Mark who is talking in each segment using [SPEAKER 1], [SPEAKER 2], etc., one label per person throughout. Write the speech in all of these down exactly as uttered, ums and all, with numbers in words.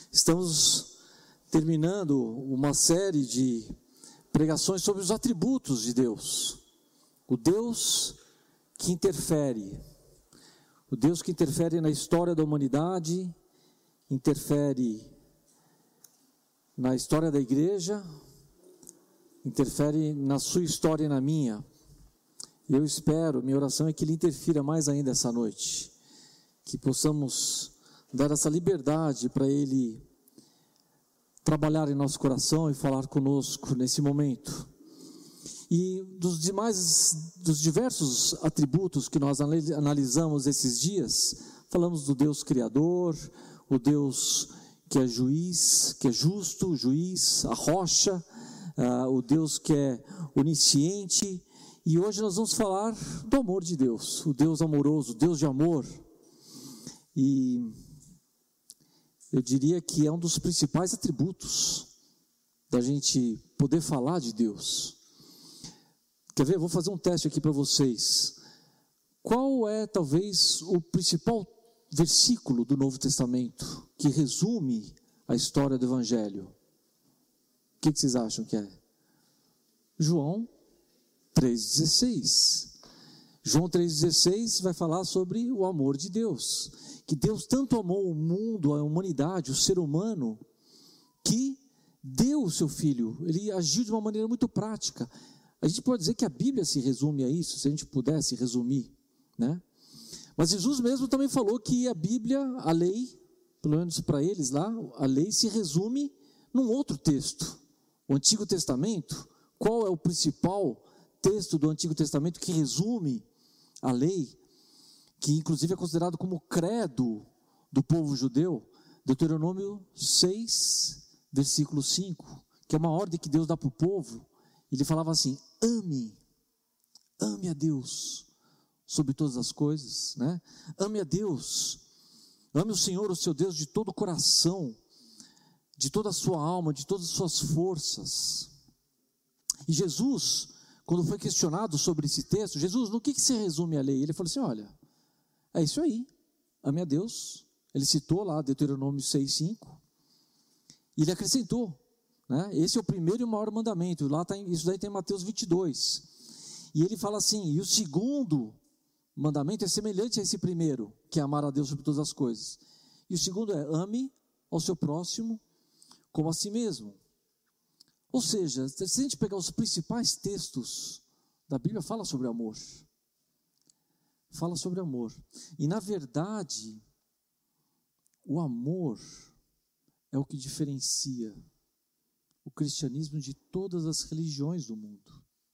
[SPEAKER 1] Estamos terminando uma série de pregações sobre os atributos de Deus. O Deus que interfere. O Deus que interfere na história da humanidade, interfere na história da igreja, interfere na sua história e na minha. Eu espero, minha oração é que Ele interfira mais ainda essa noite. Que possamos dar essa liberdade para Ele trabalhar em nosso coração e falar conosco nesse momento. E dos demais, dos diversos atributos que nós analisamos esses dias, falamos do Deus Criador, o Deus que é juiz, que é justo, juiz, a rocha, uh, o Deus que é onisciente. E hoje nós vamos falar do amor de Deus, o Deus amoroso, o Deus de amor. E eu diria que é um dos principais atributos da gente poder falar de Deus. Quer ver? Vou fazer um teste aqui para vocês. Qual é, talvez, o principal versículo do Novo Testamento que resume a história do Evangelho? O que, que vocês acham que é? João três dezesseis. João três dezesseis vai falar sobre o amor de Deus. Que Deus tanto amou o mundo, a humanidade, o ser humano, que deu o seu Filho. Ele agiu de uma maneira muito prática. A gente pode dizer que a Bíblia se resume a isso, se a gente pudesse resumir, né? Mas Jesus mesmo também falou que a Bíblia, a lei, pelo menos para eles lá, a lei se resume num outro texto. O Antigo Testamento, qual é o principal texto do Antigo Testamento que resume a lei, que inclusive é considerado como o credo do povo judeu? Deuteronômio seis, versículo cinco, que é uma ordem que Deus dá para o povo. Ele falava assim: ame, ame a Deus sobre todas as coisas, né? Ame a Deus, ame o Senhor, o seu Deus, de todo o coração, de toda a sua alma, de todas as suas forças. E Jesus, quando foi questionado sobre esse texto, Jesus, no que, que se resume a lei? Ele falou assim: olha, é isso aí, ame a Deus. Ele citou lá Deuteronômio seis, cinco, e ele acrescentou, né? Esse é o primeiro e o maior mandamento. Lá tá, isso daí tem Mateus vinte e dois, e ele fala assim: e o segundo mandamento é semelhante a esse primeiro, que é amar a Deus sobre todas as coisas. E o segundo é: ame ao seu próximo como a si mesmo. Ou seja, se a gente pegar os principais textos da Bíblia, fala sobre amor. Fala sobre amor. E na verdade, o amor é o que diferencia o cristianismo de todas as religiões do mundo.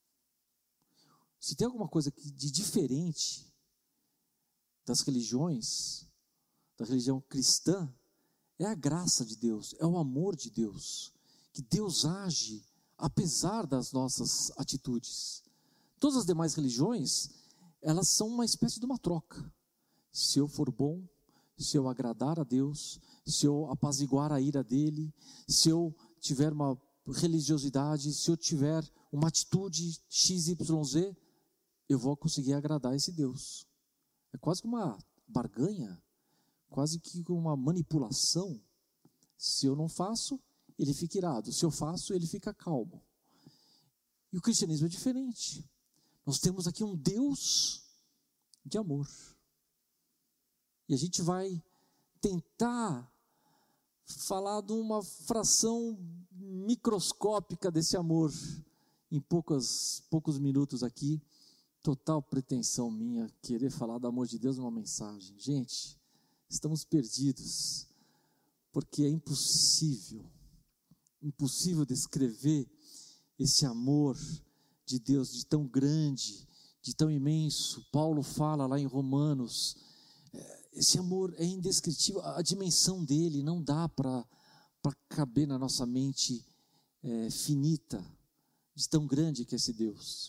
[SPEAKER 1] Se tem alguma coisa de diferente das religiões, da religião cristã, é a graça de Deus, é o amor de Deus, que Deus age apesar das nossas atitudes. Todas as demais religiões, elas são uma espécie de uma troca. Se eu for bom, se eu agradar a Deus, se eu apaziguar a ira dele, se eu tiver uma religiosidade, se eu tiver uma atitude X Y Z, eu vou conseguir agradar esse Deus. É quase que uma barganha, quase que uma manipulação. Se eu não faço, ele fica irado. Se eu faço, ele fica calmo. E o cristianismo é diferente. Nós temos aqui um Deus de amor. E a gente vai tentar falar de uma fração microscópica desse amor em poucas, poucos minutos aqui. Total pretensão minha querer falar do amor de Deus numa mensagem. Gente, estamos perdidos, porque é impossível, impossível descrever esse amor de Deus, de tão grande, de tão imenso. Paulo fala lá em Romanos, esse amor é indescritível, a dimensão dele não dá para caber na nossa mente é, finita, de tão grande que é esse Deus.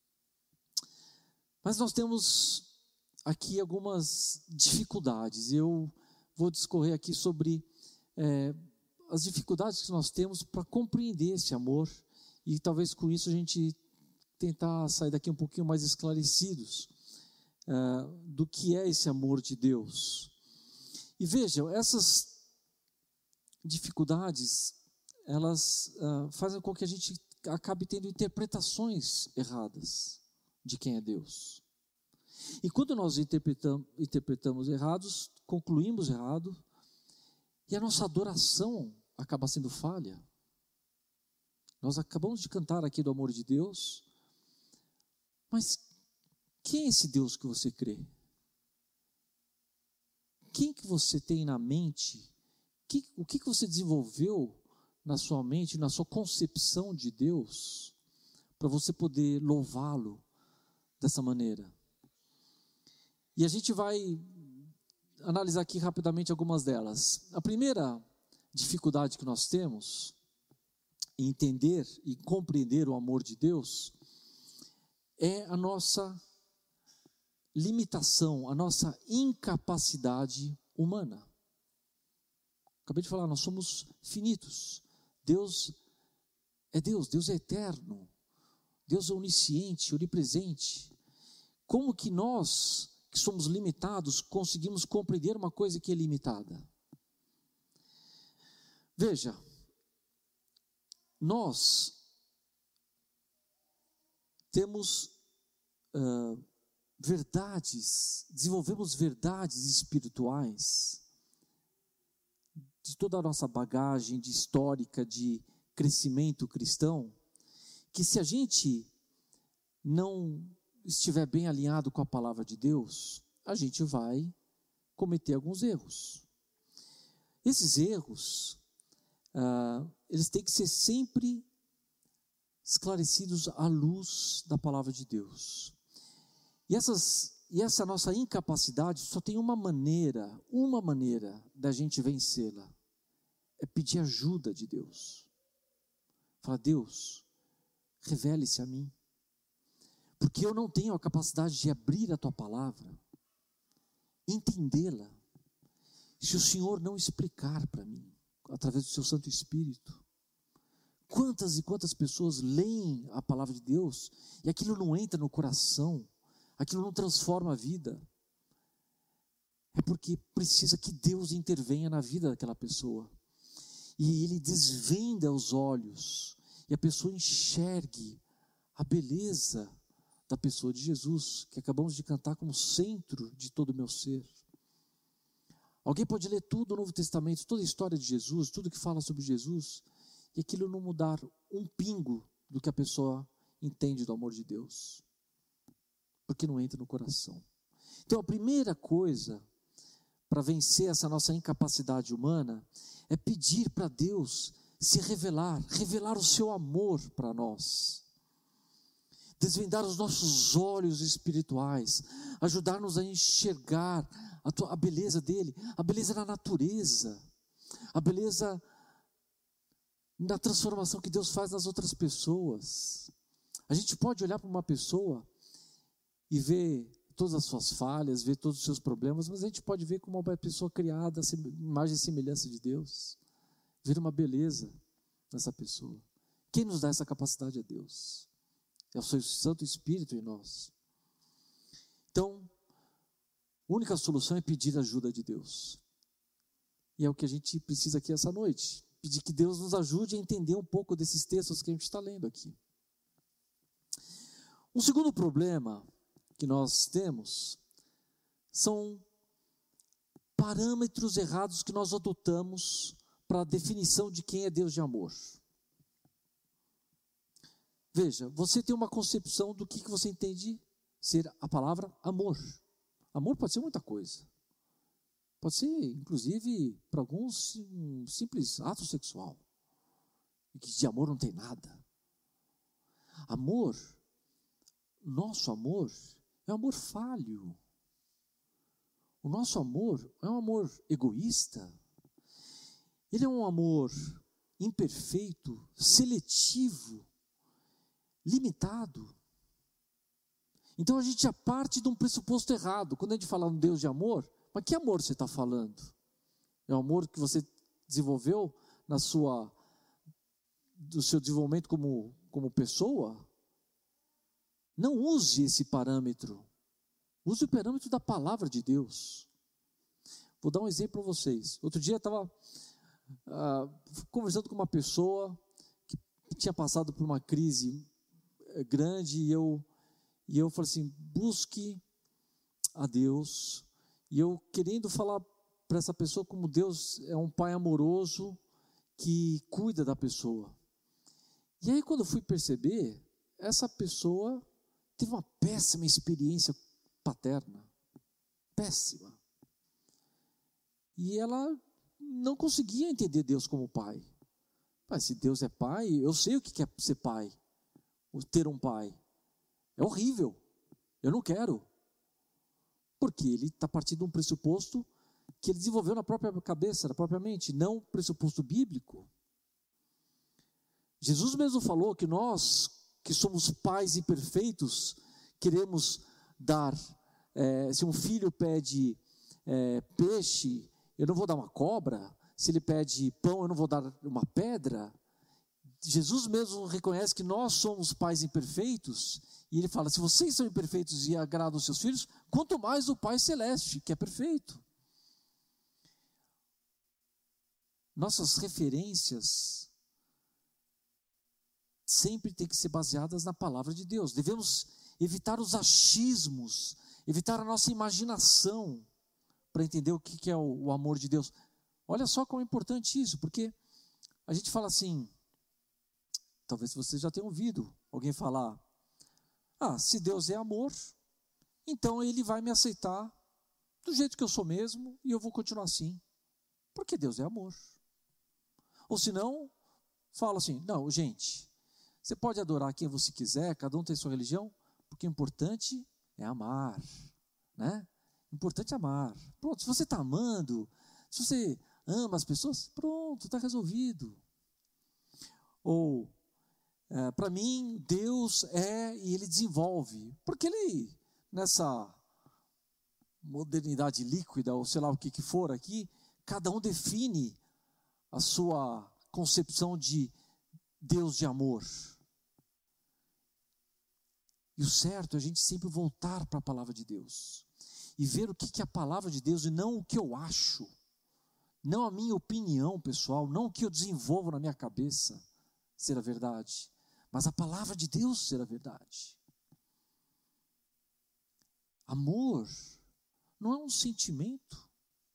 [SPEAKER 1] Mas nós temos aqui algumas dificuldades. Eu vou discorrer aqui sobre é, as dificuldades que nós temos para compreender esse amor, e talvez com isso a gente tentar sair daqui um pouquinho mais esclarecidos uh, do que é esse amor de Deus. E vejam, essas, dificuldades, elas uh, fazem com que a gente acabe tendo interpretações erradas de quem é Deus. E quando nós interpretamos, interpretamos errados, concluímos errado, e a nossa adoração acaba sendo falha. Nós acabamos de cantar aqui do amor de Deus, mas quem é esse Deus que você crê? Quem que você tem na mente? Que, o que, que você desenvolveu na sua mente, na sua concepção de Deus, para você poder louvá-lo dessa maneira? E a gente vai analisar aqui rapidamente algumas delas. A primeira dificuldade que nós temos em entender e compreender o amor de Deus é a nossa limitação, a nossa incapacidade humana. Acabei de falar, nós somos finitos. Deus é Deus, Deus é eterno, Deus é onisciente, onipresente. Como que nós, que somos limitados, conseguimos compreender uma coisa que é limitada? Veja, nós temos uh, verdades, desenvolvemos verdades espirituais, de toda a nossa bagagem de histórica, de crescimento cristão, que se a gente não estiver bem alinhado com a palavra de Deus, a gente vai cometer alguns erros. Esses erros, ah, eles têm que ser sempre esclarecidos à luz da palavra de Deus. E, essas, e essa nossa incapacidade só tem uma maneira, uma maneira da gente vencê-la, é pedir ajuda de Deus. Fala, Deus, revele-se a mim, porque eu não tenho a capacidade de abrir a tua palavra, entendê-la, se o Senhor não explicar para mim, através do seu Santo Espírito. Quantas e quantas pessoas leem a palavra de Deus e aquilo não entra no coração, aquilo não transforma a vida. É porque precisa que Deus intervenha na vida daquela pessoa. E Ele desvenda os olhos, e a pessoa enxergue a beleza da pessoa de Jesus, que acabamos de cantar como centro de todo o meu ser. Alguém pode ler tudo o Novo Testamento, toda a história de Jesus, tudo que fala sobre Jesus, e aquilo não mudar um pingo do que a pessoa entende do amor de Deus, porque não entra no coração. Então a primeira coisa para vencer essa nossa incapacidade humana é pedir para Deus se revelar, revelar o seu amor para nós, desvendar os nossos olhos espirituais, ajudar-nos a enxergar a, tua, a beleza dele, a beleza da natureza, a beleza da transformação que Deus faz nas outras pessoas. A gente pode olhar para uma pessoa e ver todas as suas falhas, ver todos os seus problemas, mas a gente pode ver como uma pessoa criada, imagem e semelhança de Deus, ver uma beleza nessa pessoa. Quem nos dá essa capacidade é Deus, é o seu Santo Espírito em nós. Então, a única solução é pedir ajuda de Deus, e é o que a gente precisa aqui essa noite, pedir que Deus nos ajude a entender um pouco desses textos que a gente está lendo aqui. Um segundo problema que nós temos são parâmetros errados que nós adotamos para a definição de quem é Deus de amor. Veja, você tem uma concepção do que você entende ser a palavra amor. Amor pode ser muita coisa. Pode ser, inclusive, para alguns, um simples ato sexual. E que de amor não tem nada. Amor, nosso amor, é um amor falho. O nosso amor é um amor egoísta. Ele é um amor imperfeito, seletivo, limitado. Então a gente já parte de um pressuposto errado. Quando a gente fala um Deus de amor, mas que amor você está falando? É o amor que você desenvolveu na sua, do seu desenvolvimento como, como pessoa? Não use esse parâmetro. Use o parâmetro da palavra de Deus. Vou dar um exemplo para vocês. Outro dia eu estava ah, conversando com uma pessoa que tinha passado por uma crise grande, e eu, e eu falei assim, busque a Deus, e eu querendo falar para essa pessoa como Deus é um pai amoroso, que cuida da pessoa. E aí quando eu fui perceber, essa pessoa teve uma péssima experiência paterna, péssima, e ela não conseguia entender Deus como pai. Mas se Deus é pai, eu sei o que é ser pai, ter um pai, é horrível, eu não quero, porque ele está partindo de um pressuposto que ele desenvolveu na própria cabeça, na própria mente, não pressuposto bíblico. Jesus mesmo falou que nós, que somos pais imperfeitos, queremos dar, é, se um filho pede é, peixe, eu não vou dar uma cobra, se ele pede pão, eu não vou dar uma pedra. Jesus mesmo reconhece que nós somos pais imperfeitos, e ele fala, se vocês são imperfeitos e agradam os seus filhos, quanto mais o Pai Celeste, que é perfeito. Nossas referências sempre têm que ser baseadas na palavra de Deus. Devemos evitar os achismos, evitar a nossa imaginação, para entender o que é o amor de Deus. Olha só como é importante isso, porque a gente fala assim, talvez vocês já tenham ouvido alguém falar, ah, se Deus é amor, então Ele vai me aceitar do jeito que eu sou mesmo, e eu vou continuar assim, porque Deus é amor. Ou se não, fala assim, não, gente, você pode adorar quem você quiser, cada um tem sua religião, porque o importante é amar, né? O importante é amar. Pronto, se você está amando, se você ama as pessoas, pronto, está resolvido. Ou, é, para mim, Deus é e Ele desenvolve, porque Ele, nessa modernidade líquida, ou sei lá o que, que for aqui, cada um define a sua concepção de Deus de amor. E o certo é a gente sempre voltar para a palavra de Deus e ver o que, que é a palavra de Deus, e não o que eu acho, não a minha opinião pessoal, não o que eu desenvolvo na minha cabeça ser a verdade, mas a palavra de Deus ser a verdade. Amor não é um sentimento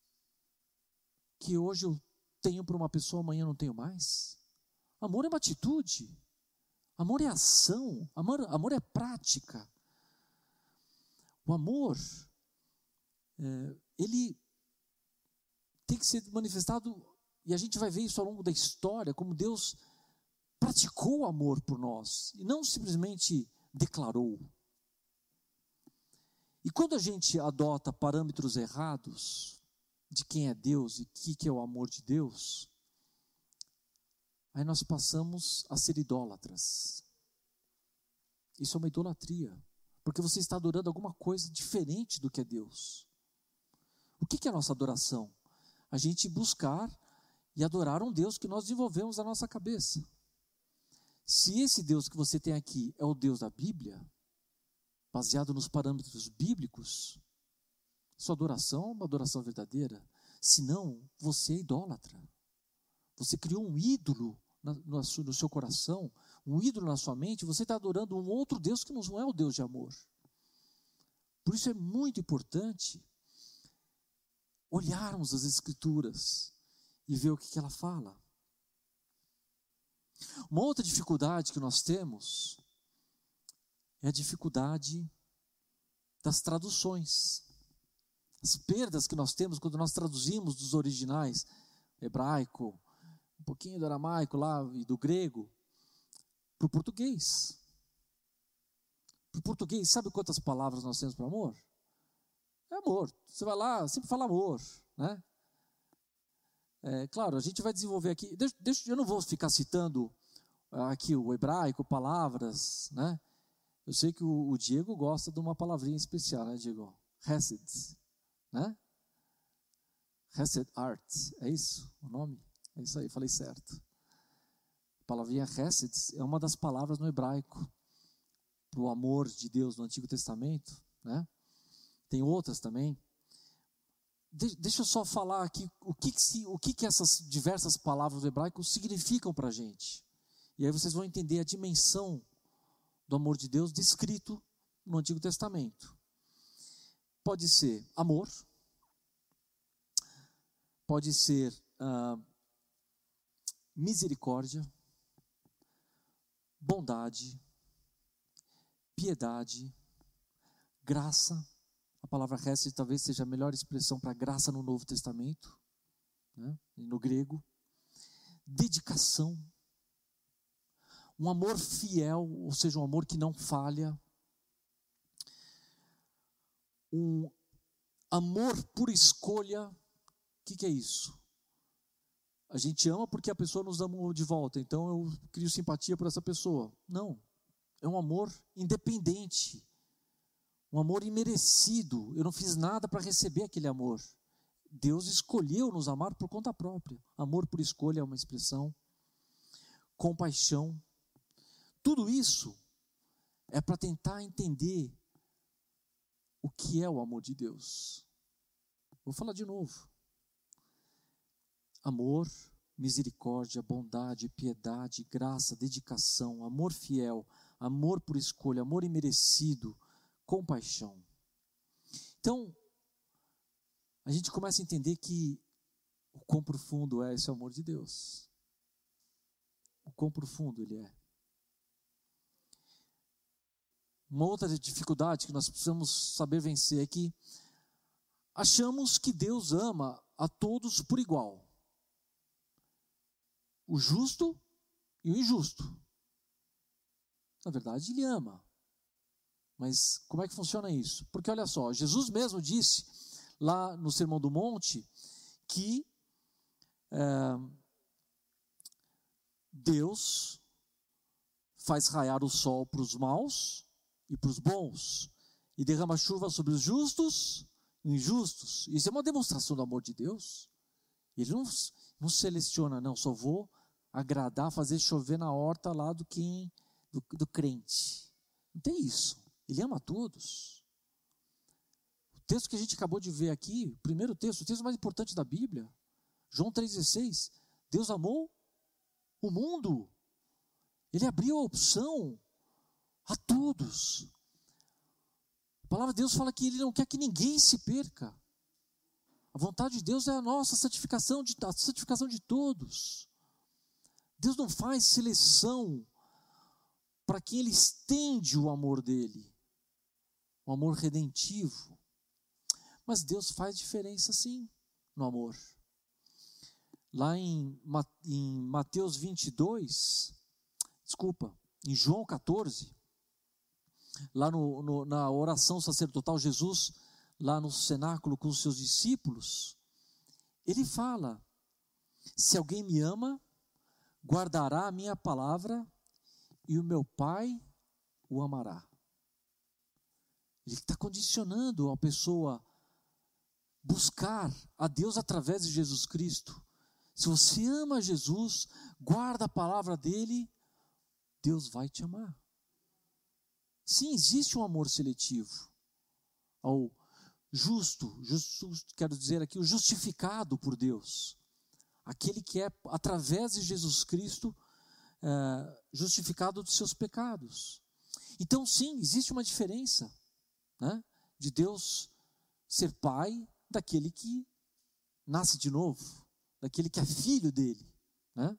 [SPEAKER 1] que hoje eu tenho para uma pessoa, amanhã não tenho mais. Amor é uma atitude, amor é ação, amor, amor é prática. O amor, é, ele tem que ser manifestado, e a gente vai ver isso ao longo da história, como Deus praticou o amor por nós, e não simplesmente declarou. E quando a gente adota parâmetros errados de quem é Deus e o que, que é o amor de Deus, aí nós passamos a ser idólatras. Isso é uma idolatria, porque você está adorando alguma coisa diferente do que é Deus. O que, que é a nossa adoração? A gente buscar e adorar um Deus que nós desenvolvemos na nossa cabeça. Se esse Deus que você tem aqui é o Deus da Bíblia, baseado nos parâmetros bíblicos, sua adoração é uma adoração verdadeira. Se não, você é idólatra. Você criou um ídolo no seu coração, um ídolo na sua mente, você está adorando um outro Deus que não é o Deus de amor. Por isso é muito importante olharmos as Escrituras e ver o que, que ela fala. Uma outra dificuldade que nós temos é a dificuldade das traduções. As perdas que nós temos quando nós traduzimos dos originais, hebraico, um pouquinho do aramaico lá e do grego, para o português. Para o português, sabe quantas palavras nós temos para amor? É amor. Você vai lá, sempre fala amor, né? É, claro, a gente vai desenvolver aqui, deixa, deixa, eu não vou ficar citando aqui o hebraico, palavras, né? Eu sei que o, o Diego gosta de uma palavrinha especial, né, Diego? Hesed, né? Hesed Art, é isso o nome? É isso aí, falei certo. A palavrinha Hesed é uma das palavras no hebraico para o amor de Deus no Antigo Testamento, né? Tem outras também, de, deixa eu só falar aqui o que, que, se, o que, que essas diversas palavras hebraicas significam para a gente. E aí vocês vão entender a dimensão do amor de Deus descrito no Antigo Testamento. Pode ser amor, pode ser ah, misericórdia, bondade, piedade, graça. A palavra hesed talvez seja a melhor expressão para graça no Novo Testamento, né? No grego. Dedicação, um amor fiel, ou seja, um amor que não falha, um amor por escolha. O que, que é isso? A gente ama porque a pessoa nos ama de volta, então eu crio simpatia por essa pessoa. Não, é um amor independente, um amor imerecido. Eu não fiz nada para receber aquele amor. Deus escolheu nos amar por conta própria. Amor por escolha é uma expressão. Compaixão. Tudo isso é para tentar entender o que é o amor de Deus. Vou falar de novo. Amor, misericórdia, bondade, piedade, graça, dedicação, amor fiel, amor por escolha, amor imerecido, compaixão. Então, a gente começa a entender que o quão profundo é esse amor de Deus. O quão profundo ele é. Uma outra dificuldade que nós precisamos saber vencer é que achamos que Deus ama a todos por igual. O justo e o injusto. Na verdade, ele ama. Mas como é que funciona isso? Porque olha só, Jesus mesmo disse lá no Sermão do Monte que é, Deus faz raiar o sol para os maus e para os bons, e derrama chuva sobre os justos e injustos. Isso é uma demonstração do amor de Deus. Ele não, não seleciona, não, só vou agradar, fazer chover na horta lá do, quem, do, do crente. Não tem isso. Ele ama a todos. O texto que a gente acabou de ver aqui, o primeiro texto, o texto mais importante da Bíblia, João três dezesseis, Deus amou o mundo. Ele abriu a opção a todos. A palavra de Deus fala que Ele não quer que ninguém se perca. A vontade de Deus é a nossa santificação, de, a santificação de todos. Deus não faz seleção para quem Ele estende o amor dEle, o amor redentivo. Mas Deus faz diferença sim no amor. Lá em, em Mateus vinte e dois, desculpa, em João quatorze, lá no, no, na oração sacerdotal, Jesus, lá no cenáculo com os seus discípulos, ele fala: se alguém me ama, guardará a minha palavra e o meu Pai o amará. Ele está condicionando a pessoa buscar a Deus através de Jesus Cristo. Se você ama Jesus, guarda a palavra dele, Deus vai te amar. Sim, existe um amor seletivo ao justo, justo, quero dizer aqui, o justificado por Deus. Aquele que é, através de Jesus Cristo, é, justificado dos seus pecados. Então, sim, existe uma diferença, né, de Deus ser pai daquele que nasce de novo, daquele que é filho dele, né?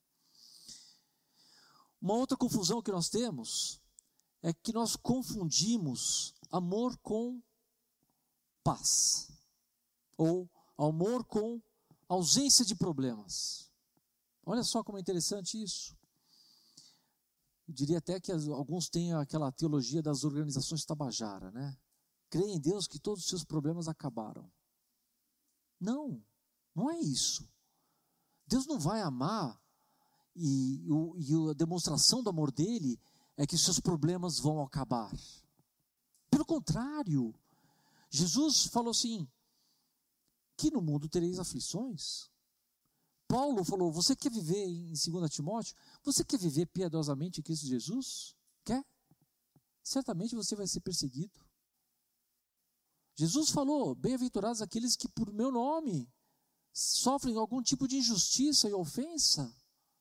[SPEAKER 1] Uma outra confusão que nós temos é que nós confundimos amor com paz, ou amor com ausência de problemas. Olha só como é interessante isso. Eu diria até que alguns têm aquela teologia das organizações Tabajara, né? Creem em Deus que todos os seus problemas acabaram. Não, não é isso. Deus não vai amar e, e, e a demonstração do amor dele é que os seus problemas vão acabar. Pelo contrário, Jesus falou assim, que no mundo tereis aflições. Paulo falou, você quer viver em dois Timóteo? Você quer viver piedosamente em Cristo Jesus? Quer? Certamente você vai ser perseguido. Jesus falou, bem-aventurados aqueles que por meu nome sofrem algum tipo de injustiça e ofensa.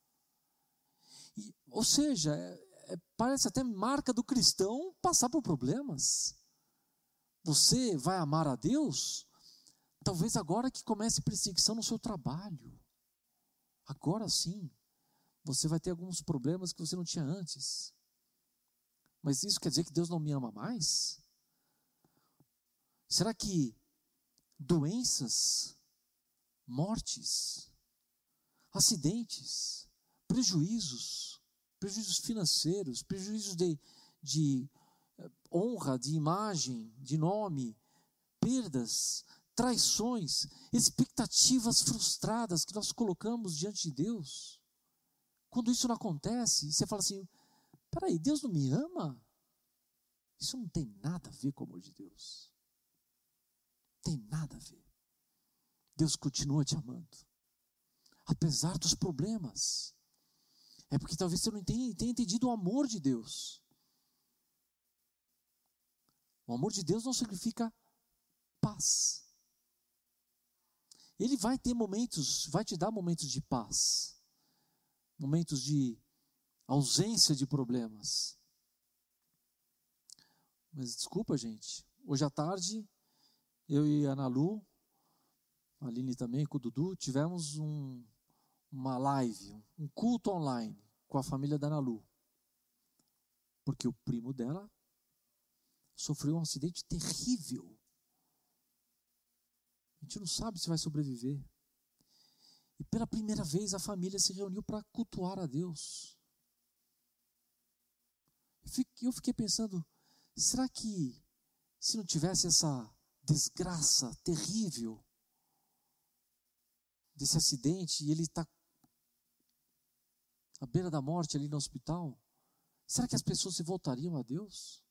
[SPEAKER 1] E, ou seja, é, é, parece até marca do cristão passar por problemas. Você vai amar a Deus? Talvez agora que comece perseguição no seu trabalho. Agora sim, você vai ter alguns problemas que você não tinha antes. Mas isso quer dizer que Deus não me ama mais? Será que doenças, mortes, acidentes, prejuízos, prejuízos financeiros, prejuízos de, de honra, de imagem, de nome, perdas, traições, expectativas frustradas que nós colocamos diante de Deus, quando isso não acontece, você fala assim, peraí, Deus não me ama? Isso não tem nada a ver com o amor de Deus. Tem nada a ver. Deus continua te amando, apesar dos problemas. É porque talvez você não tenha, tenha entendido o amor de Deus. O amor de Deus não significa paz. Ele vai ter momentos, vai te dar momentos de paz, momentos de ausência de problemas. Mas desculpa, gente, hoje à tarde, eu e a Ana Lu, a Aline também, com o Dudu, tivemos um, uma live, um culto online com a família da Ana Lu. Porque o primo dela sofreu um acidente terrível. A gente não sabe se vai sobreviver. E pela primeira vez a família se reuniu para cultuar a Deus. Eu fiquei pensando, será que se não tivesse essa desgraça terrível desse acidente, e ele está à beira da morte ali no hospital, será que as pessoas se voltariam a Deus?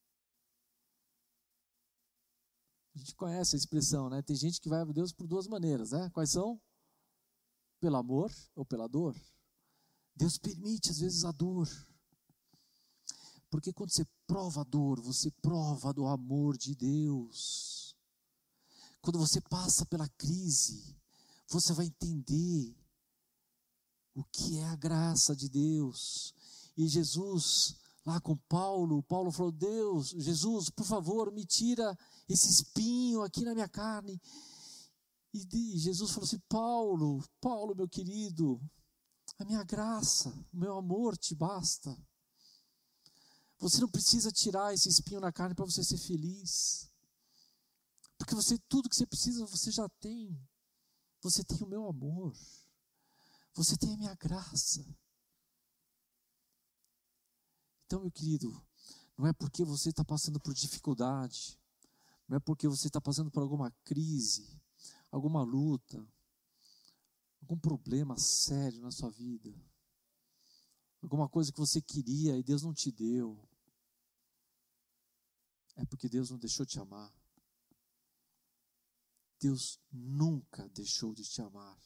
[SPEAKER 1] A gente conhece a expressão, né? Tem gente que vai a Deus por duas maneiras, né? Quais são? Pelo amor ou pela dor. Deus permite às vezes a dor, porque quando você prova a dor, você prova do amor de Deus. Quando você passa pela crise, você vai entender o que é a graça de Deus. E Jesus, lá com Paulo, Paulo falou, Deus, Jesus, por favor, me tira esse espinho aqui na minha carne. E Jesus falou assim, Paulo, Paulo, meu querido, a minha graça, o meu amor te basta. Você não precisa tirar esse espinho na carne para você ser feliz. Porque você, tudo que você precisa, você já tem. Você tem o meu amor. Você tem a minha graça. Então, meu querido, não é porque você está passando por dificuldade, não é porque você está passando por alguma crise, alguma luta, algum problema sério na sua vida, alguma coisa que você queria e Deus não te deu, é porque Deus não deixou te amar. Deus nunca deixou de te amar.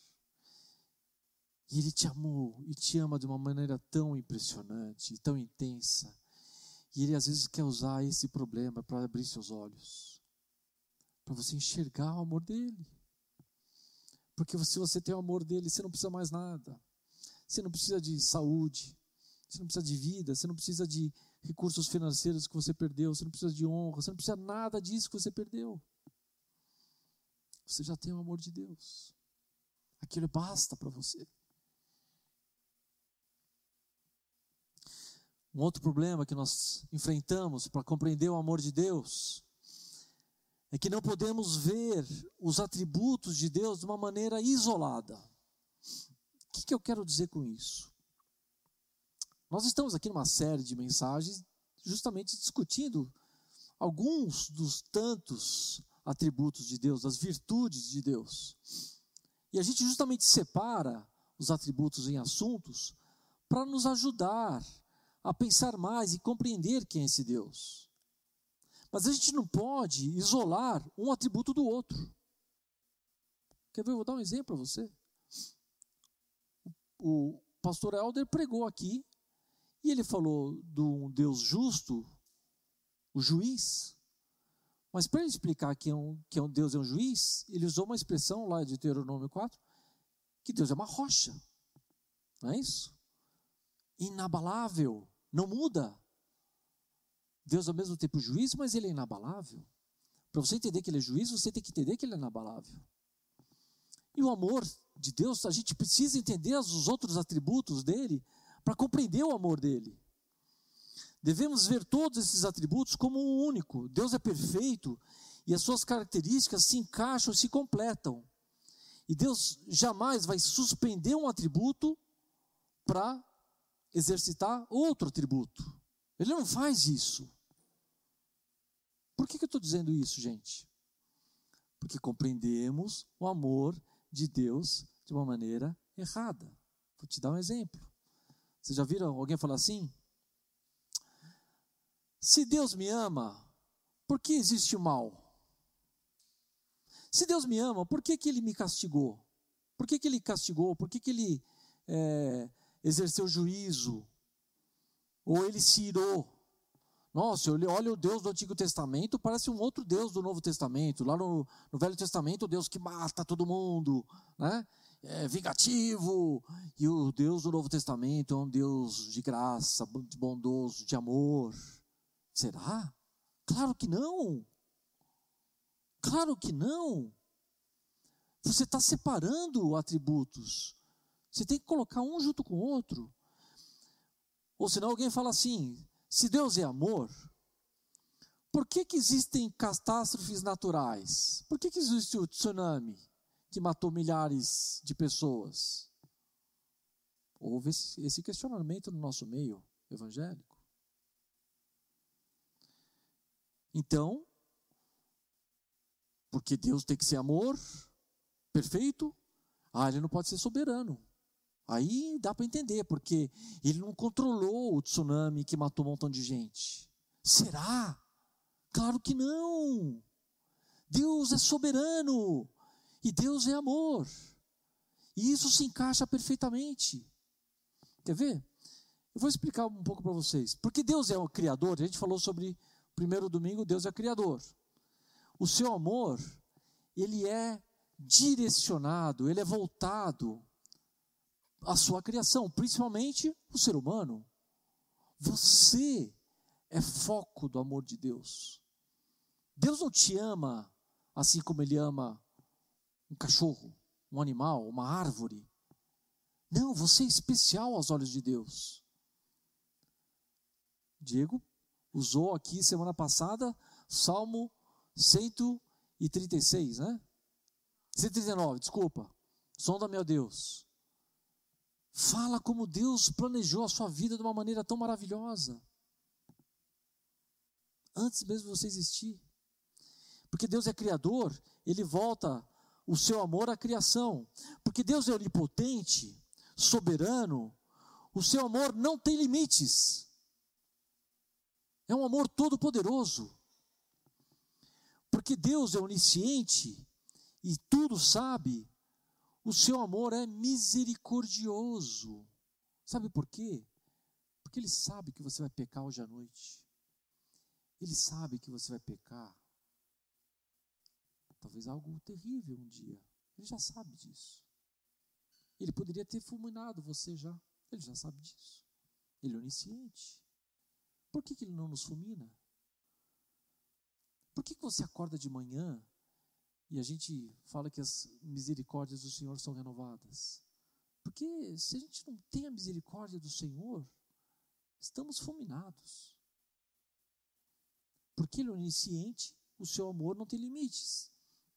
[SPEAKER 1] E Ele te amou e te ama de uma maneira tão impressionante, tão intensa. E Ele às vezes quer usar esse problema para abrir seus olhos, para você enxergar o amor dEle. Porque se você tem o amor dEle, você não precisa mais nada. Você não precisa de saúde, você não precisa de vida, você não precisa de recursos financeiros que você perdeu, você não precisa de honra, você não precisa nada disso que você perdeu. Você já tem o amor de Deus. Aquilo basta para você. Um outro problema que nós enfrentamos para compreender o amor de Deus é que não podemos ver os atributos de Deus de uma maneira isolada. O que, que eu quero dizer com isso? Nós estamos aqui numa série de mensagens justamente discutindo alguns dos tantos atributos de Deus, das virtudes de Deus. E a gente justamente separa os atributos em assuntos para nos ajudar a pensar mais e compreender quem é esse Deus. Mas a gente não pode isolar um atributo do outro. Quer ver? Eu vou dar um exemplo para você. O pastor Helder pregou aqui e ele falou de um Deus justo, o juiz, Mas para ele explicar que, é um, que é um Deus é um juiz, ele usou uma expressão lá de Deuteronômio quatro, que Deus é uma rocha. Não é isso? Inabalável, não muda. Deus ao mesmo tempo juiz, mas ele é inabalável. Para você entender que ele é juiz, você tem que entender que ele é inabalável. E o amor de Deus, a gente precisa entender os outros atributos dele para compreender o amor dele. Devemos ver todos esses atributos como um único. Deus é perfeito e as suas características se encaixam e se completam. E Deus jamais vai suspender um atributo para exercitar outro atributo. Ele não faz isso. Por que, que eu estou dizendo isso, gente? Porque compreendemos o amor de Deus de uma maneira errada. Vou te dar um exemplo. Vocês já viram alguém falar assim? Se Deus me ama, por que existe o mal? Se Deus me ama, por que, que Ele me castigou? Por que, que Ele castigou? Por que, que Ele é, exerceu juízo? Ou Ele se irou? Nossa, olha o Deus do Antigo Testamento, parece um outro Deus do Novo Testamento. Lá no, no Velho Testamento, o Deus que mata todo mundo, né? É vingativo. E o Deus do Novo Testamento é um Deus de graça, de bondoso, de amor. Será? Claro que não. Claro que não. Você está separando atributos. Você tem que colocar um junto com o outro. Ou senão alguém fala assim, se Deus é amor, por que que existem catástrofes naturais? Por que que existe o tsunami que matou milhares de pessoas? Houve esse questionamento no nosso meio evangélico. Então, porque Deus tem que ser amor, perfeito, ah, Ele não pode ser soberano. Aí dá para entender, porque Ele não controlou o tsunami que matou um montão de gente. Será? Claro que não. Deus é soberano e Deus é amor. E isso se encaixa perfeitamente. Quer ver? Eu vou explicar um pouco para vocês. Porque Deus é o Criador, a gente falou sobre o primeiro domingo, Deus é Criador. O seu amor, ele é direcionado, ele é voltado à sua criação, principalmente o ser humano. Você é foco do amor de Deus. Deus não te ama assim como Ele ama um cachorro, um animal, uma árvore. Não, você é especial aos olhos de Deus. Diego usou aqui semana passada Salmo cento e trinta e seis, né? cento e trinta e nove, desculpa. Sonda, meu Deus. Fala como Deus planejou a sua vida de uma maneira tão maravilhosa. Antes mesmo de você existir. Porque Deus é criador, Ele volta o seu amor à criação. Porque Deus é onipotente, soberano, o seu amor não tem limites. É um amor todo poderoso. Porque Deus é onisciente e tudo sabe, o seu amor é misericordioso. Sabe por quê? Porque Ele sabe que você vai pecar hoje à noite. Ele sabe que você vai pecar. Talvez algo terrível um dia. Ele já sabe disso. Ele poderia ter fulminado você já. Ele já sabe disso. Ele é onisciente. Por que que Ele não nos fulmina? Por que que você acorda de manhã e a gente fala que as misericórdias do Senhor são renovadas? Porque se a gente não tem a misericórdia do Senhor, estamos fulminados. Porque Ele é onisciente, o seu amor não tem limites.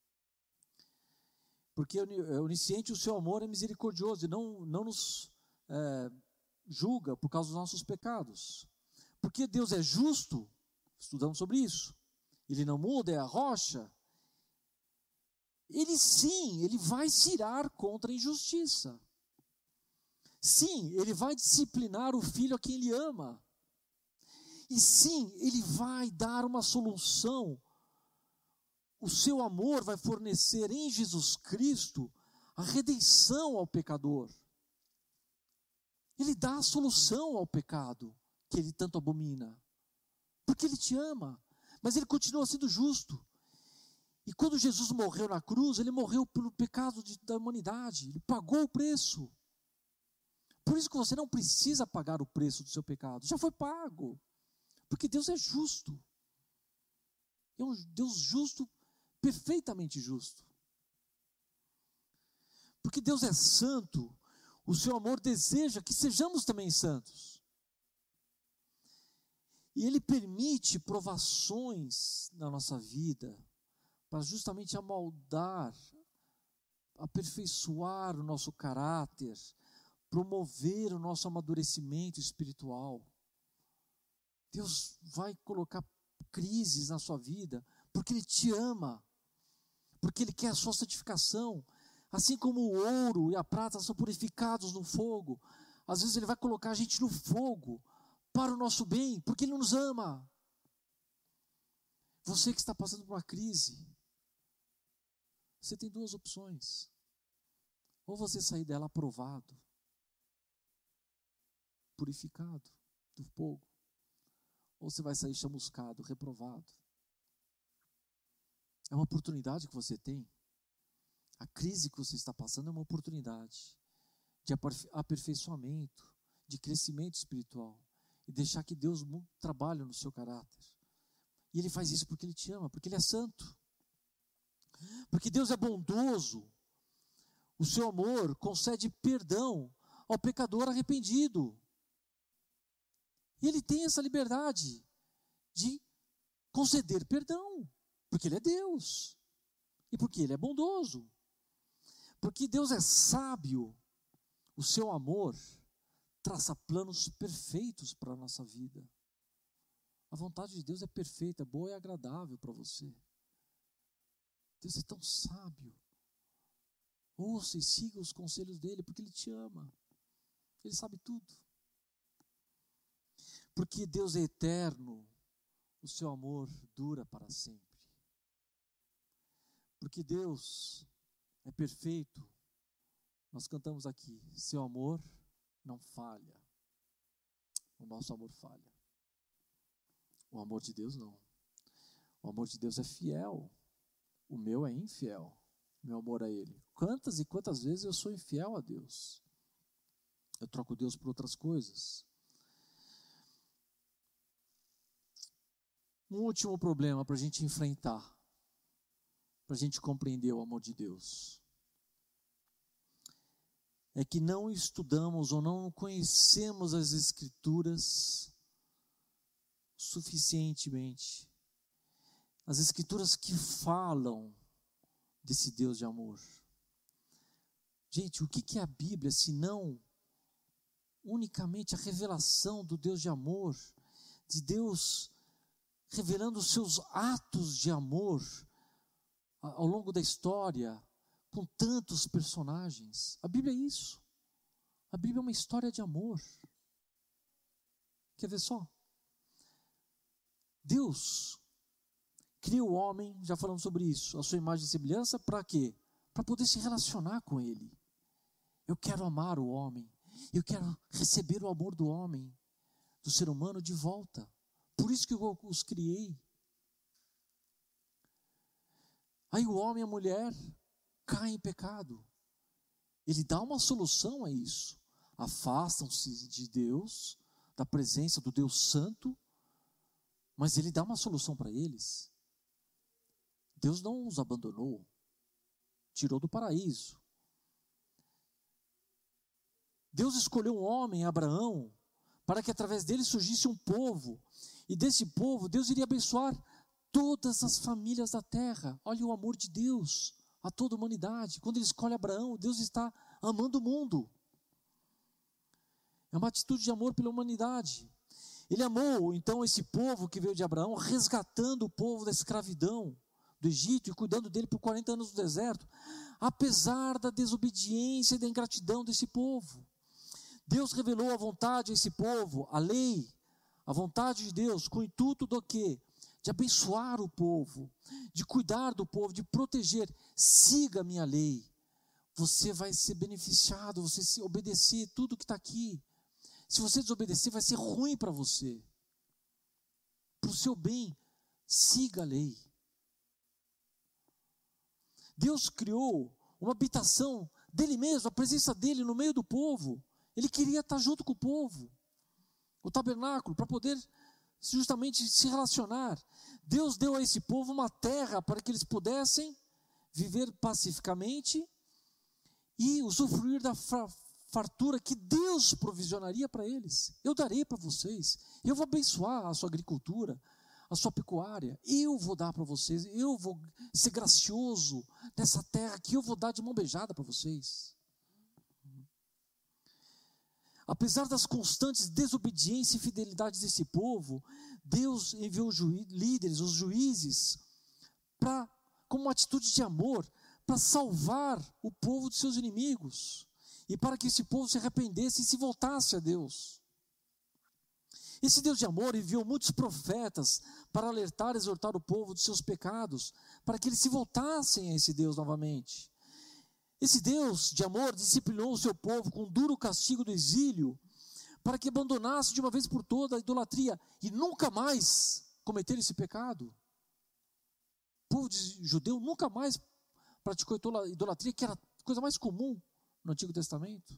[SPEAKER 1] Porque é onisciente, o seu amor é misericordioso e não, não nos é, julga por causa dos nossos pecados. Porque Deus é justo, estudamos sobre isso. Ele não muda, é a rocha. Ele sim, Ele vai se irar contra a injustiça. Sim, Ele vai disciplinar o filho a quem Ele ama. E sim, Ele vai dar uma solução. O seu amor vai fornecer em Jesus Cristo a redenção ao pecador. Ele dá a solução ao pecado que ele tanto abomina. Porque Ele te ama. Mas Ele continua sendo justo. E quando Jesus morreu na cruz, ele morreu pelo pecado de, da humanidade, ele pagou o preço. Por isso que você não precisa pagar o preço do seu pecado, já foi pago, porque Deus é justo, é um Deus justo, perfeitamente justo. Porque Deus é santo, o seu amor deseja que sejamos também santos. E Ele permite provações na nossa vida, para justamente amoldar, aperfeiçoar o nosso caráter, promover o nosso amadurecimento espiritual. Deus vai colocar crises na sua vida, porque Ele te ama, porque Ele quer a sua santificação. Assim como o ouro e a prata são purificados no fogo, às vezes Ele vai colocar a gente no fogo, para o nosso bem, porque Ele nos ama. Você que está passando por uma crise, você tem duas opções. Ou você sair dela aprovado, purificado do fogo, ou você vai sair chamuscado, reprovado. É uma oportunidade que você tem. A crise que você está passando é uma oportunidade de aperfeiçoamento, de crescimento espiritual, e deixar que Deus trabalhe no seu caráter. E Ele faz isso porque Ele te ama, porque Ele é santo. Porque Deus é bondoso, o seu amor concede perdão ao pecador arrependido. E Ele tem essa liberdade de conceder perdão, porque Ele é Deus, e porque Ele é bondoso. Porque Deus é sábio, o seu amor traça planos perfeitos para a nossa vida. A vontade de Deus é perfeita, boa e agradável para você. Deus é tão sábio. Ouça e siga os conselhos dele, porque Ele te ama. Ele sabe tudo. Porque Deus é eterno, o seu amor dura para sempre. Porque Deus é perfeito, nós cantamos aqui, seu amor não falha. O nosso amor falha. O amor de Deus não. O amor de Deus é fiel. O meu é infiel. Meu amor a Ele. Quantas e quantas vezes eu sou infiel a Deus? Eu troco Deus por outras coisas. Um último problema para a gente enfrentar, para a gente compreender o amor de Deus, é que não estudamos ou não conhecemos as Escrituras suficientemente. As Escrituras que falam desse Deus de amor. Gente, o que é a Bíblia se não unicamente a revelação do Deus de amor, de Deus revelando os seus atos de amor ao longo da história, com tantos personagens? A Bíblia é isso. A Bíblia é uma história de amor. Quer ver só? Deus criou o homem, já falamos sobre isso, a sua imagem e semelhança, para quê? Para poder se relacionar com Ele. Eu quero amar o homem, eu quero receber o amor do homem, do ser humano de volta. Por isso que eu os criei. Aí o homem e a mulher caem em pecado. Ele dá uma solução a isso. Afastam-se de Deus, da presença do Deus Santo, mas Ele dá uma solução para eles. Deus não os abandonou, tirou do paraíso. Deus escolheu um homem, Abraão, para que através dele surgisse um povo, e desse povo Deus iria abençoar todas as famílias da terra. Olha o amor de Deus a toda a humanidade. Quando Ele escolhe Abraão, Deus está amando o mundo. É uma atitude de amor pela humanidade. Ele amou então esse povo que veio de Abraão, resgatando o povo da escravidão do Egito e cuidando dele por quarenta anos no deserto, apesar da desobediência e da ingratidão desse povo. Deus revelou a vontade a esse povo, a lei, a vontade de Deus, com o intuito do quê? De abençoar o povo, de cuidar do povo, de proteger. Siga a minha lei, você vai ser beneficiado, você se obedecer tudo que está aqui. Se você desobedecer, vai ser ruim para você. Para o seu bem, siga a lei. Deus criou uma habitação dele mesmo, a presença dele no meio do povo. Ele queria estar junto com o povo, o tabernáculo, para poder justamente se relacionar. Deus deu a esse povo uma terra para que eles pudessem viver pacificamente e usufruir da fartura que Deus provisionaria para eles. Eu darei para vocês, eu vou abençoar a sua agricultura, a sua pecuária, eu vou dar para vocês, eu vou ser gracioso nessa terra que eu vou dar de mão beijada para vocês. Apesar das constantes desobediências e infidelidades desse povo, Deus enviou juí- líderes, os juízes, para, como uma atitude de amor, para salvar o povo de seus inimigos, e para que esse povo se arrependesse e se voltasse a Deus. Esse Deus de amor enviou muitos profetas para alertar e exortar o povo dos seus pecados, para que eles se voltassem a esse Deus novamente. Esse Deus de amor disciplinou o seu povo com um duro castigo do exílio, para que abandonasse de uma vez por todas a idolatria e nunca mais cometer esse pecado. O povo judeu nunca mais praticou idolatria, que era a coisa mais comum no Antigo Testamento.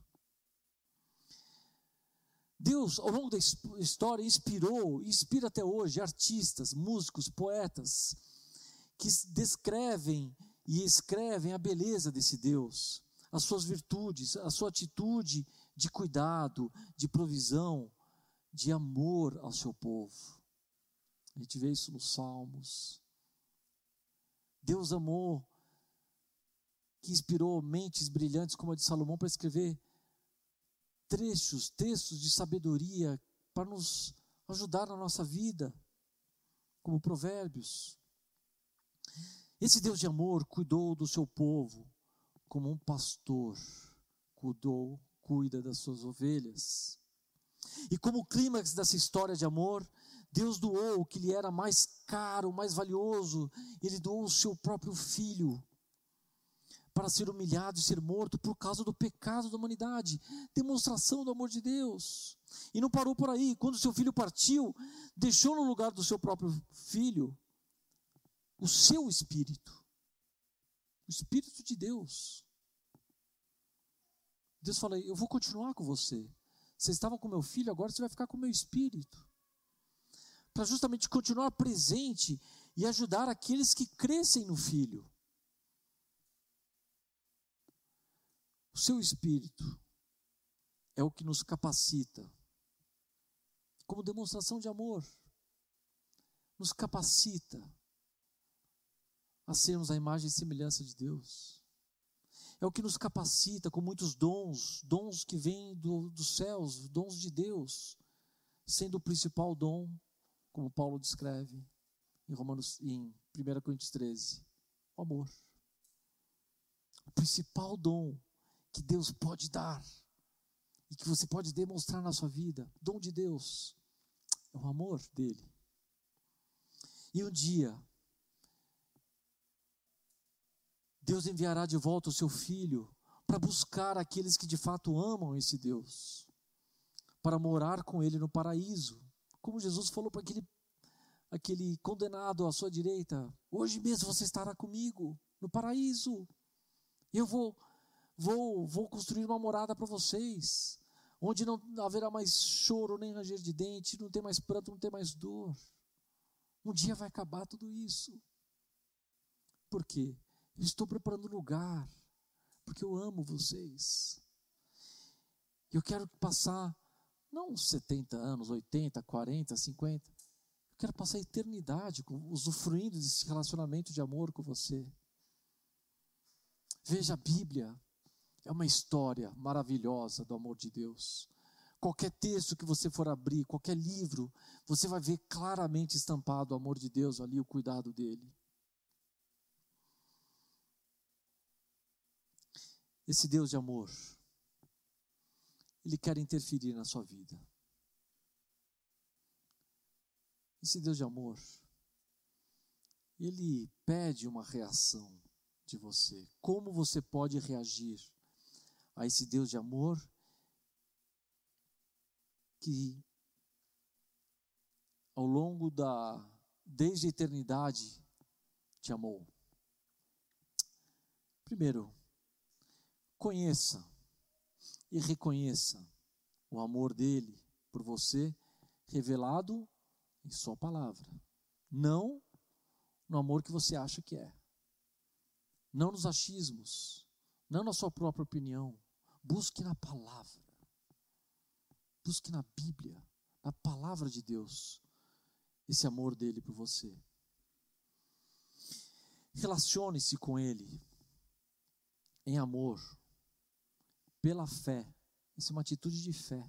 [SPEAKER 1] Deus, ao longo da história, inspirou e inspira até hoje artistas, músicos, poetas, que descrevem e escrevem a beleza desse Deus, as suas virtudes, a sua atitude de cuidado, de provisão, de amor ao seu povo. A gente vê isso nos Salmos. Deus amou, que inspirou mentes brilhantes como a de Salomão para escrever trechos, textos de sabedoria para nos ajudar na nossa vida, como Provérbios. Esse Deus de amor cuidou do seu povo como um pastor cuidou, cuida das suas ovelhas. E como clímax dessa história de amor, Deus doou o que lhe era mais caro, mais valioso. Ele doou o seu próprio filho para ser humilhado e ser morto por causa do pecado da humanidade. Demonstração do amor de Deus. E não parou por aí. Quando seu filho partiu, deixou no lugar do seu próprio filho o seu Espírito, o Espírito de Deus. Deus fala: eu vou continuar com você. Você estava com meu filho, agora você vai ficar com o meu Espírito. Para justamente continuar presente e ajudar aqueles que crescem no Filho. O seu Espírito é o que nos capacita, como demonstração de amor, nos capacita a sermos a imagem e semelhança de Deus. É o que nos capacita com muitos dons, dons que vêm do, dos céus, dons de Deus, sendo o principal dom, como Paulo descreve em Romanos, em primeira Coríntios treze, o amor. O principal dom que Deus pode dar e que você pode demonstrar na sua vida, dom de Deus, é o amor dele. E um dia Deus enviará de volta o seu Filho para buscar aqueles que de fato amam esse Deus, para morar com ele no paraíso, como Jesus falou para aquele, aquele condenado à sua direita: hoje mesmo você estará comigo no paraíso, eu vou, vou, vou construir uma morada para vocês, onde não haverá mais choro, nem ranger de dente, não tem mais pranto, não tem mais dor. Um dia vai acabar tudo isso. Por quê? Eu estou preparando lugar, porque eu amo vocês. Eu quero passar, não setenta anos, oitenta, quarenta, cinquenta, eu quero passar a eternidade usufruindo desse relacionamento de amor com você. Veja, a Bíblia é uma história maravilhosa do amor de Deus. Qualquer texto que você for abrir, qualquer livro, você vai ver claramente estampado o amor de Deus ali, o cuidado dele. Esse Deus de amor, Ele quer interferir na sua vida. Esse Deus de amor, Ele pede uma reação de você. Como você pode reagir a esse Deus de amor que ao longo da, desde a eternidade te amou? Primeiro, conheça e reconheça o amor dele por você, revelado em sua palavra. Não no amor que você acha que é. Não nos achismos. Não na sua própria opinião. Busque na palavra. Busque na Bíblia, na palavra de Deus, esse amor dele por você. Relacione-se com ele em amor, pela fé. Isso é uma atitude de fé.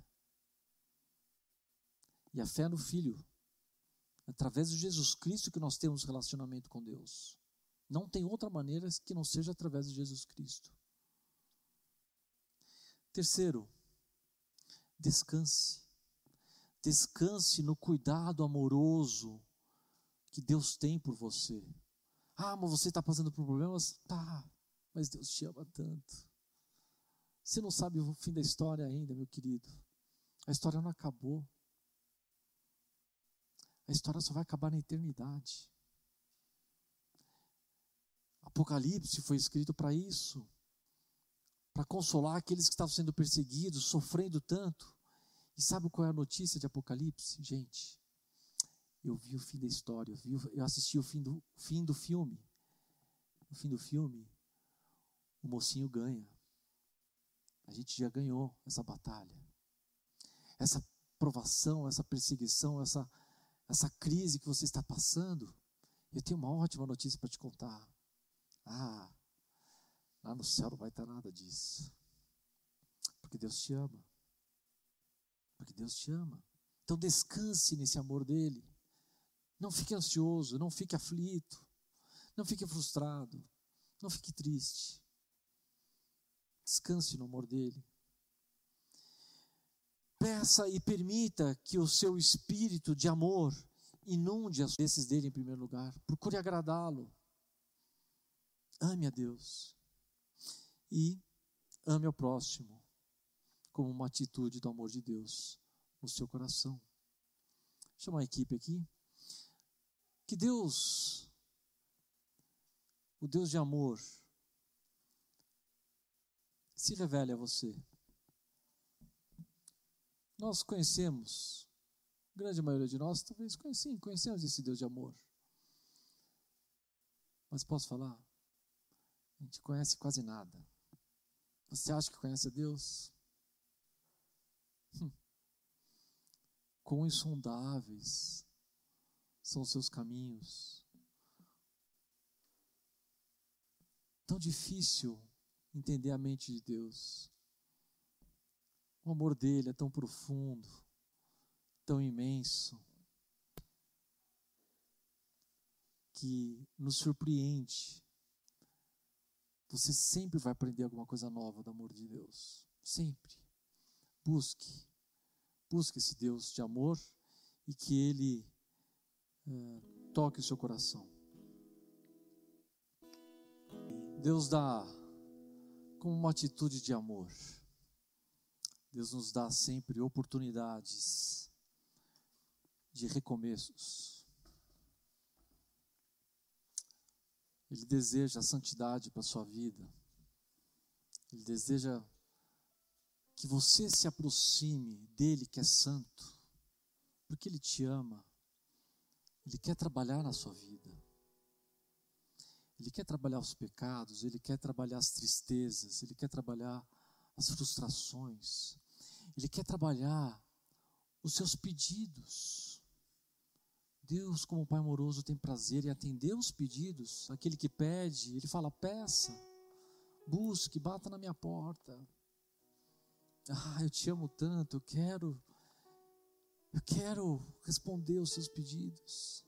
[SPEAKER 1] E a fé no Filho. Através de Jesus Cristo que nós temos relacionamento com Deus. Não tem outra maneira que não seja através de Jesus Cristo. Terceiro, descanse. Descanse no cuidado amoroso que Deus tem por você. Ah, mas você está passando por problemas? Tá, mas Deus te ama tanto. Você não sabe o fim da história ainda, meu querido. A história não acabou. A história só vai acabar na eternidade. Apocalipse foi escrito para isso. Para consolar aqueles que estavam sendo perseguidos, sofrendo tanto. E sabe qual é a notícia de Apocalipse? Gente, eu vi o fim da história, eu, vi, eu assisti o fim do, fim do filme. No fim do filme, o mocinho ganha. A gente já ganhou essa batalha. Essa provação, essa perseguição, essa, essa crise que você está passando, eu tenho uma ótima notícia para te contar. Ah, lá no céu não vai estar nada disso. Porque Deus te ama. Porque Deus te ama. Então descanse nesse amor dele. Não fique ansioso, não fique aflito, não fique frustrado, não fique triste. Descanse no amor dele. Peça e permita que o seu espírito de amor inunde as vezes dele em primeiro lugar. Procure agradá-lo. Ame a Deus. E ame ao próximo como uma atitude do amor de Deus no seu coração. Vou chamar a equipe aqui. Que Deus, o Deus de amor, se revele a você. Nós conhecemos, a grande maioria de nós, talvez conhecemos, conhecemos esse Deus de amor. Mas posso falar? A gente conhece quase nada. Você acha que conhece a Deus? Hum. Quão insondáveis são os seus caminhos. Tão difícil entender a mente de Deus. O amor dele é tão profundo, tão imenso, que nos surpreende. Você sempre vai aprender alguma coisa nova do amor de Deus. Sempre. Busque. Busque esse Deus de amor e que ele é, toque o seu coração. Deus dá como uma atitude de amor. Deus nos dá sempre oportunidades de recomeços. Ele deseja a santidade para a sua vida. Ele deseja que você se aproxime dele, que é santo, porque ele te ama. Ele quer trabalhar na sua vida. Ele quer trabalhar os pecados, ele quer trabalhar as tristezas, ele quer trabalhar as frustrações. Ele quer trabalhar os seus pedidos. Deus, como Pai amoroso, tem prazer em atender os pedidos. Aquele que pede, ele fala, peça, busque, bata na minha porta. Ah, eu te amo tanto, eu quero, eu quero responder os seus pedidos.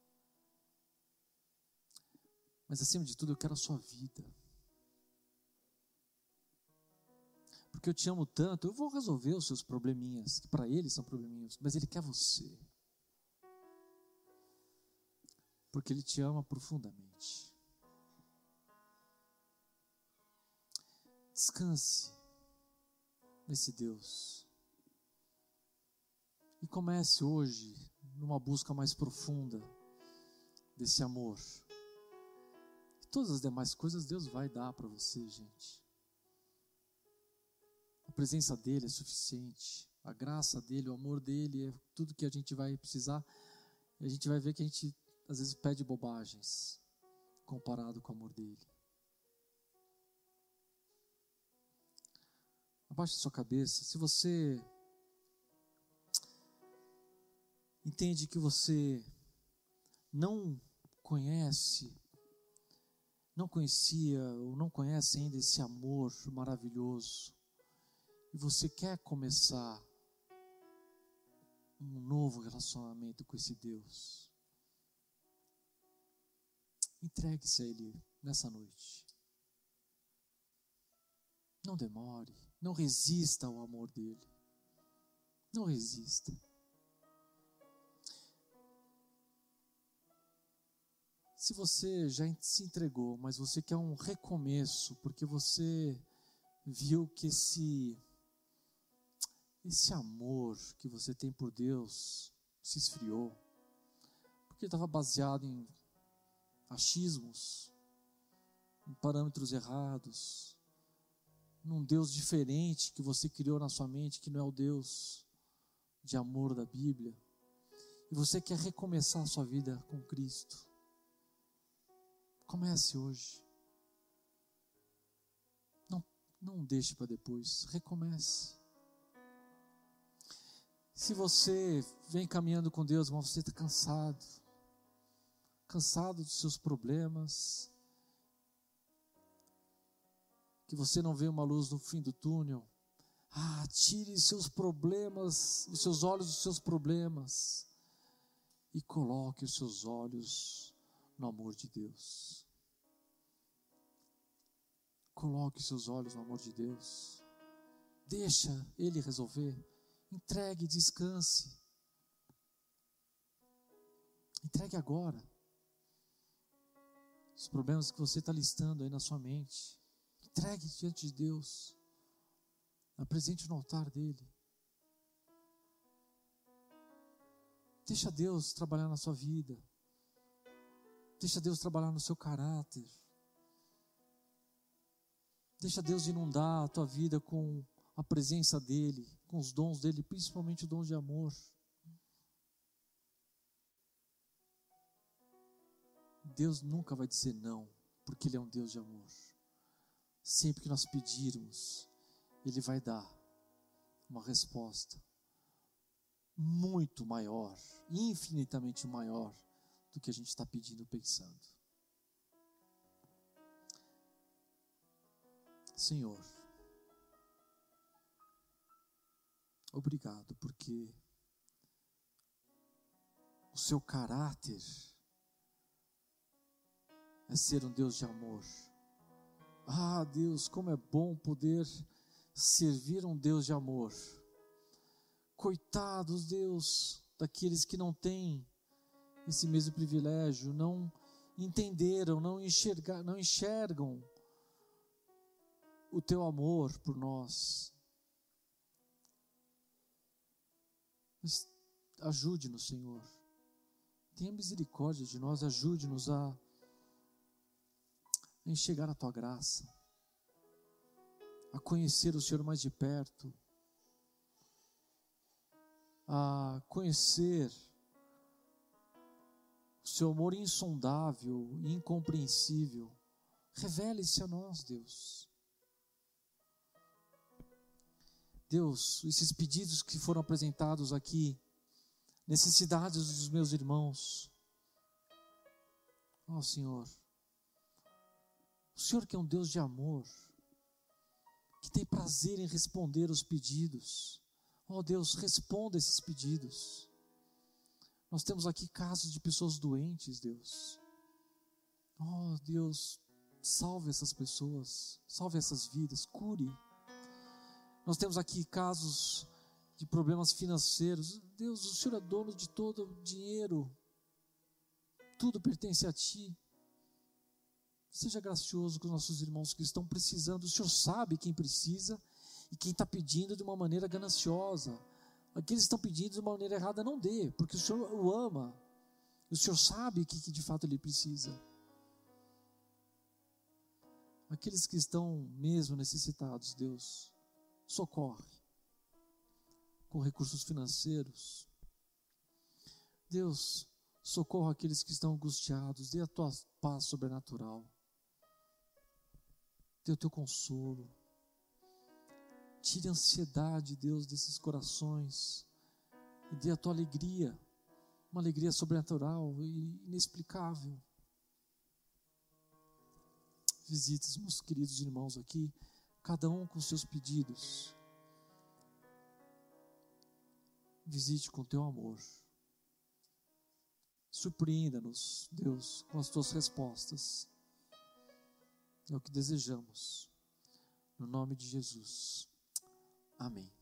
[SPEAKER 1] Mas acima de tudo, eu quero a sua vida. Porque eu te amo tanto, eu vou resolver os seus probleminhas, que para ele são probleminhas, mas ele quer você. Porque ele te ama profundamente. Descanse nesse Deus. E comece hoje numa busca mais profunda desse amor. Todas as demais coisas Deus vai dar para você, gente. A presença dele é suficiente. A graça dele, o amor dele é tudo que a gente vai precisar. E a gente vai ver que a gente às vezes pede bobagens comparado com o amor dele. Abaixe a sua cabeça. Se você entende que você não conhece, não conhecia ou não conhece ainda esse amor maravilhoso, e você quer começar um novo relacionamento com esse Deus, entregue-se a Ele nessa noite. Não demore, não resista ao amor dele. Não resista. Se você já se entregou, mas você quer um recomeço, porque você viu que esse, esse amor que você tem por Deus se esfriou, porque estava baseado em achismos, em parâmetros errados, num Deus diferente que você criou na sua mente, que não é o Deus de amor da Bíblia, e você quer recomeçar a sua vida com Cristo. Comece hoje. Não, não deixe para depois. Recomece. Se você vem caminhando com Deus, mas você está cansado, cansado dos seus problemas, que você não vê uma luz no fim do túnel, ah, tire seus problemas, os seus olhos dos seus problemas e coloque os seus olhos no amor de Deus. Coloque seus olhos no amor de Deus. Deixa Ele resolver. Entregue, descanse. Entregue agora os problemas que você está listando aí na sua mente. Entregue diante de Deus. Apresente no altar dele. Deixa Deus trabalhar na sua vida. Deixa Deus trabalhar no seu caráter. Deixa Deus inundar a tua vida com a presença dEle, com os dons dEle, principalmente o dom de amor. Deus nunca vai dizer não, porque Ele é um Deus de amor. Sempre que nós pedirmos, Ele vai dar uma resposta muito maior, infinitamente maior do que a gente está pedindo, pensando. Senhor, obrigado, porque o seu caráter é ser um Deus de amor. Ah, Deus, como é bom poder servir um Deus de amor. Coitados, Deus, daqueles que não têm esse mesmo privilégio, não entenderam, não enxergar, não enxergam o teu amor por nós. Mas ajude-nos, Senhor. Tenha misericórdia de nós, ajude-nos a enxergar a tua graça, a conhecer o Senhor mais de perto, a conhecer o seu amor insondável e incompreensível. Revele-se a nós, Deus. Deus, esses pedidos que foram apresentados aqui, necessidades dos meus irmãos, ó Senhor, o Senhor que é um Deus de amor, que tem prazer em responder os pedidos, ó Deus, responda esses pedidos. Nós temos aqui casos de pessoas doentes, Deus, ó Deus, salve essas pessoas, salve essas vidas, cure. Nós temos aqui casos de problemas financeiros. Deus, o Senhor é dono de todo o dinheiro. Tudo pertence a Ti. Seja gracioso com os nossos irmãos que estão precisando. O Senhor sabe quem precisa e quem está pedindo de uma maneira gananciosa. Aqueles que estão pedindo de uma maneira errada, não dê, porque o Senhor o ama. O Senhor sabe o que, que de fato ele precisa. aqueles que estão mesmo necessitados, Deus, socorre com recursos financeiros. Deus, socorra aqueles que estão angustiados, dê a tua paz sobrenatural, dê o teu consolo, tire a ansiedade, Deus, desses corações, e dê a tua alegria, uma alegria sobrenatural e inexplicável. Visite os meus queridos irmãos aqui, cada um com seus pedidos. Visite com teu amor. Surpreenda-nos, Deus, com as tuas respostas. É o que desejamos. No nome de Jesus. Amém.